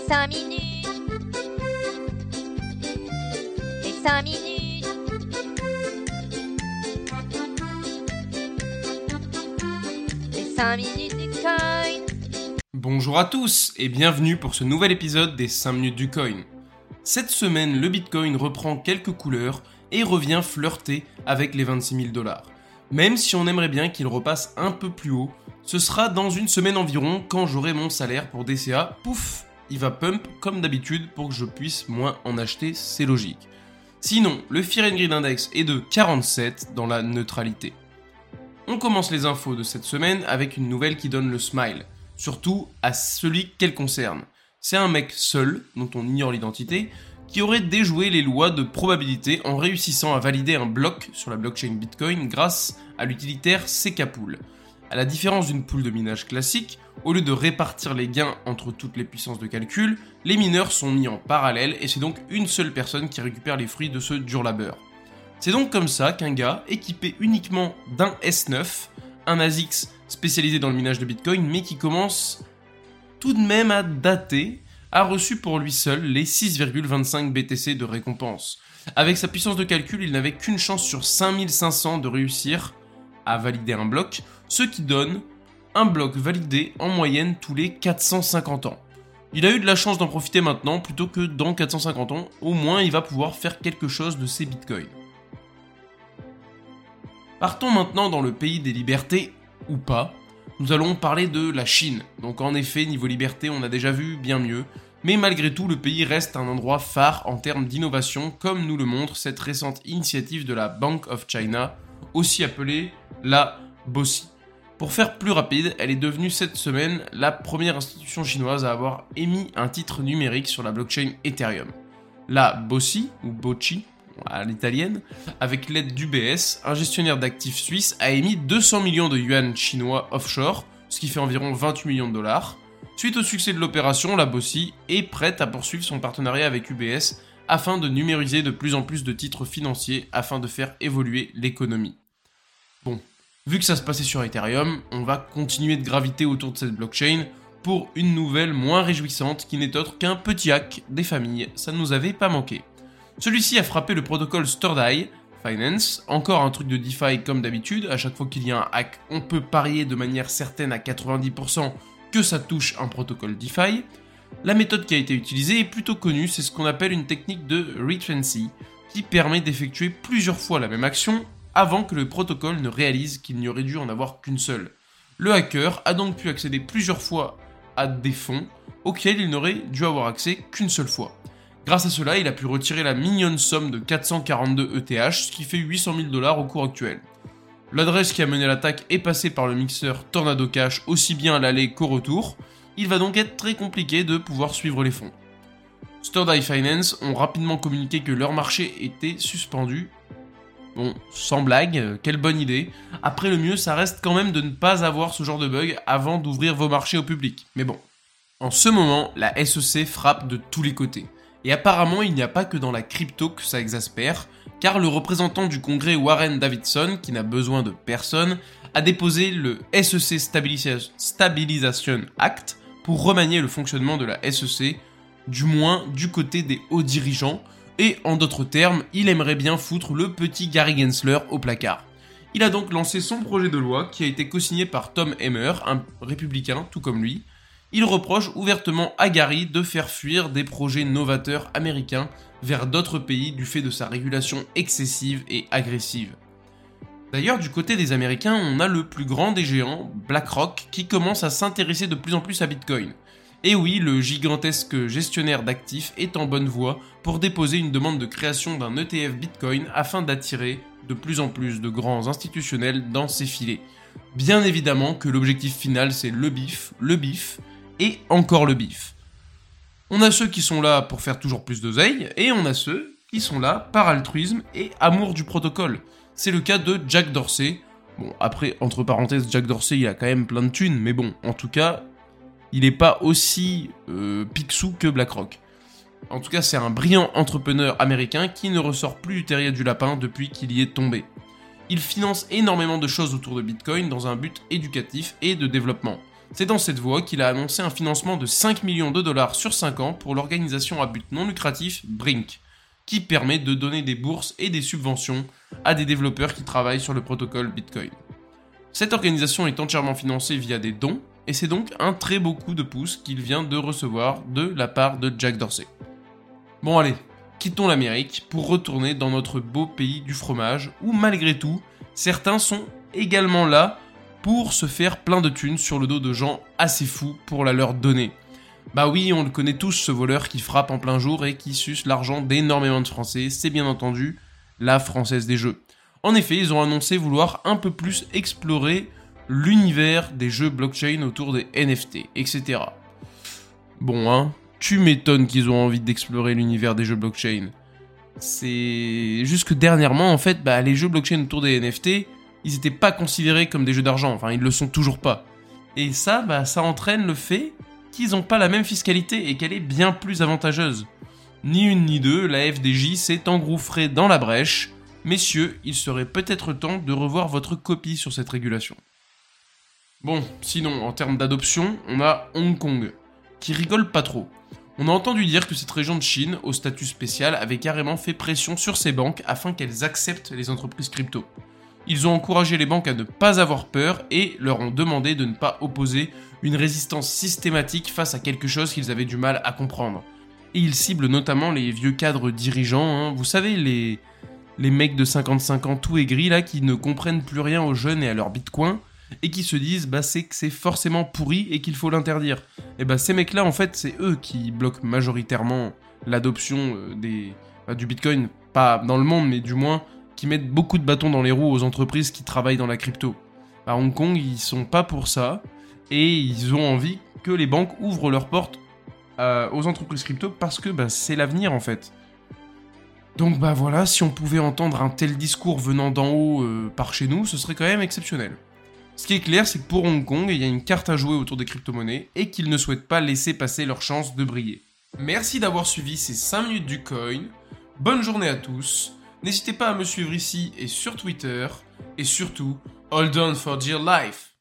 5 minutes. Les 5 minutes. Les 5 minutes du coin. Bonjour à tous et bienvenue pour ce nouvel épisode des 5 minutes du coin. Cette semaine, le Bitcoin reprend quelques couleurs et revient flirter avec les 26 000 $. Même si on aimerait bien qu'il repasse un peu plus haut, ce sera dans une semaine environ quand j'aurai mon salaire pour DCA. Pouf, il va pump comme d'habitude pour que je puisse moins en acheter, c'est logique. Sinon, le Fear and Greed Index est de 47 dans la neutralité. On commence les infos de cette semaine avec une nouvelle qui donne le smile, surtout à celui qu'elle concerne. C'est un mec seul, dont on ignore l'identité, qui aurait déjoué les lois de probabilité en réussissant à valider un bloc sur la blockchain Bitcoin grâce à l'utilitaire CK-Pool. À la différence d'une pool de minage classique, au lieu de répartir les gains entre toutes les puissances de calcul, les mineurs sont mis en parallèle et c'est donc une seule personne qui récupère les fruits de ce dur labeur. C'est donc comme ça qu'un gars, équipé uniquement d'un S9, un ASIC spécialisé dans le minage de Bitcoin, mais qui commence tout de même à dater, a reçu pour lui seul les 6,25 BTC de récompense. Avec sa puissance de calcul, il n'avait qu'une chance sur 5500 de réussir à valider un bloc, ce qui donne un bloc validé en moyenne tous les 450 ans. Il a eu de la chance d'en profiter maintenant, plutôt que dans 450 ans, au moins il va pouvoir faire quelque chose de ses bitcoins. Partons maintenant dans le pays des libertés, ou pas. Nous allons parler de la Chine. Donc en effet, niveau liberté, on a déjà vu bien mieux. Mais malgré tout, le pays reste un endroit phare en termes d'innovation, comme nous le montre cette récente initiative de la Bank of China, aussi appelée la BOCI. Pour faire plus rapide, elle est devenue cette semaine la première institution chinoise à avoir émis un titre numérique sur la blockchain Ethereum. La BOCI, ou BOCI, à l'italienne, avec l'aide d'UBS, un gestionnaire d'actifs suisse a émis 200 millions de yuan chinois offshore, ce qui fait environ 28 millions de dollars. Suite au succès de l'opération, la BOCI est prête à poursuivre son partenariat avec UBS afin de numériser de plus en plus de titres financiers afin de faire évoluer l'économie. Bon, vu que ça se passait sur Ethereum, on va continuer de graviter autour de cette blockchain pour une nouvelle moins réjouissante qui n'est autre qu'un petit hack des familles, ça ne nous avait pas manqué. Celui-ci a frappé le protocole Storedai Finance, encore un truc de DeFi comme d'habitude, à chaque fois qu'il y a un hack, on peut parier de manière certaine à 90% que ça touche un protocole DeFi. La méthode qui a été utilisée est plutôt connue, c'est ce qu'on appelle une technique de recency, qui permet d'effectuer plusieurs fois la même action avant que le protocole ne réalise qu'il n'y aurait dû en avoir qu'une seule. Le hacker a donc pu accéder plusieurs fois à des fonds auxquels il n'aurait dû avoir accès qu'une seule fois. Grâce à cela, il a pu retirer la mignonne somme de 442 ETH, ce qui fait 800 000 $ au cours actuel. L'adresse qui a mené l'attaque est passée par le mixeur Tornado Cash aussi bien à l'aller qu'au retour. Il va donc être très compliqué de pouvoir suivre les fonds. Storedai Finance ont rapidement communiqué que leur marché était suspendu. Bon, sans blague, quelle bonne idée. Après, le mieux, ça reste quand même de ne pas avoir ce genre de bug avant d'ouvrir vos marchés au public. Mais bon. En ce moment, la SEC frappe de tous les côtés. Et apparemment, il n'y a pas que dans la crypto que ça exaspère, car le représentant du Congrès Warren Davidson, qui n'a besoin de personne, a déposé le SEC Stabilization Act pour remanier le fonctionnement de la SEC, du moins du côté des hauts dirigeants, et en d'autres termes, il aimerait bien foutre le petit Gary Gensler au placard. Il a donc lancé son projet de loi qui a été co-signé par Tom Emmer, un républicain tout comme lui. Il reproche ouvertement à Gary de faire fuir des projets novateurs américains vers d'autres pays du fait de sa régulation excessive et agressive. D'ailleurs, du côté des Américains, on a le plus grand des géants, BlackRock, qui commence à s'intéresser de plus en plus à Bitcoin. Et oui, le gigantesque gestionnaire d'actifs est en bonne voie pour déposer une demande de création d'un ETF Bitcoin afin d'attirer de plus en plus de grands institutionnels dans ses filets. Bien évidemment que l'objectif final c'est le bif, et encore le bif. On a ceux qui sont là pour faire toujours plus d'oseille, et on a ceux qui sont là par altruisme et amour du protocole. C'est le cas de Jack Dorsey. Bon, après, entre parenthèses, Jack Dorsey, il a quand même plein de thunes, mais bon, en tout cas, il n'est pas aussi picsou que BlackRock. En tout cas, c'est un brillant entrepreneur américain qui ne ressort plus du terrier du lapin depuis qu'il y est tombé. Il finance énormément de choses autour de Bitcoin dans un but éducatif et de développement. C'est dans cette voie qu'il a annoncé un financement de 5 millions de dollars sur 5 ans pour l'organisation à but non lucratif Brink, qui permet de donner des bourses et des subventions à des développeurs qui travaillent sur le protocole Bitcoin. Cette organisation est entièrement financée via des dons, et c'est donc un très beau coup de pouce qu'il vient de recevoir de la part de Jack Dorsey. Bon allez, quittons l'Amérique pour retourner dans notre beau pays du fromage, où malgré tout, certains sont également là pour se faire plein de thunes sur le dos de gens assez fous pour la leur donner. Bah oui, on le connaît tous, ce voleur qui frappe en plein jour et qui suce l'argent d'énormément de Français, c'est bien entendu la Française des Jeux. En effet, ils ont annoncé vouloir un peu plus explorer l'univers des jeux blockchain autour des NFT, etc. Bon, hein, tu m'étonnes qu'ils ont envie d'explorer l'univers des jeux blockchain. C'est juste que dernièrement, en fait, les jeux blockchain autour des NFT, ils n'étaient pas considérés comme des jeux d'argent, enfin, ils le sont toujours pas. Et ça, ça entraîne le fait qu'ils n'ont pas la même fiscalité et qu'elle est bien plus avantageuse. Ni une ni deux, la FDJ s'est engouffrée dans la brèche. Messieurs, il serait peut-être temps de revoir votre copie sur cette régulation. Bon, sinon, en termes d'adoption, on a Hong Kong, qui rigole pas trop. On a entendu dire que cette région de Chine, au statut spécial, avait carrément fait pression sur ces banques afin qu'elles acceptent les entreprises crypto. Ils ont encouragé les banques à ne pas avoir peur et leur ont demandé de ne pas opposer une résistance systématique face à quelque chose qu'ils avaient du mal à comprendre. Et ils ciblent notamment les vieux cadres dirigeants, vous savez, les mecs de 55 ans tout aigris là qui ne comprennent plus rien aux jeunes et à leur bitcoin et qui se disent c'est que c'est forcément pourri et qu'il faut l'interdire. Et ces mecs là en fait c'est eux qui bloquent majoritairement l'adoption du bitcoin, pas dans le monde mais du moins qui mettent beaucoup de bâtons dans les roues aux entreprises qui travaillent dans la crypto. À Hong Kong ils sont pas pour ça et ils ont envie que les banques ouvrent leurs portes aux entreprises crypto parce que c'est l'avenir en fait. Donc voilà, si on pouvait entendre un tel discours venant d'en haut par chez nous, ce serait quand même exceptionnel. Ce qui est clair, c'est que pour Hong Kong, il y a une carte à jouer autour des crypto-monnaies et qu'ils ne souhaitent pas laisser passer leur chance de briller. Merci d'avoir suivi ces 5 minutes du coin, bonne journée à tous, n'hésitez pas à me suivre ici et sur Twitter, et surtout, hold on for dear life.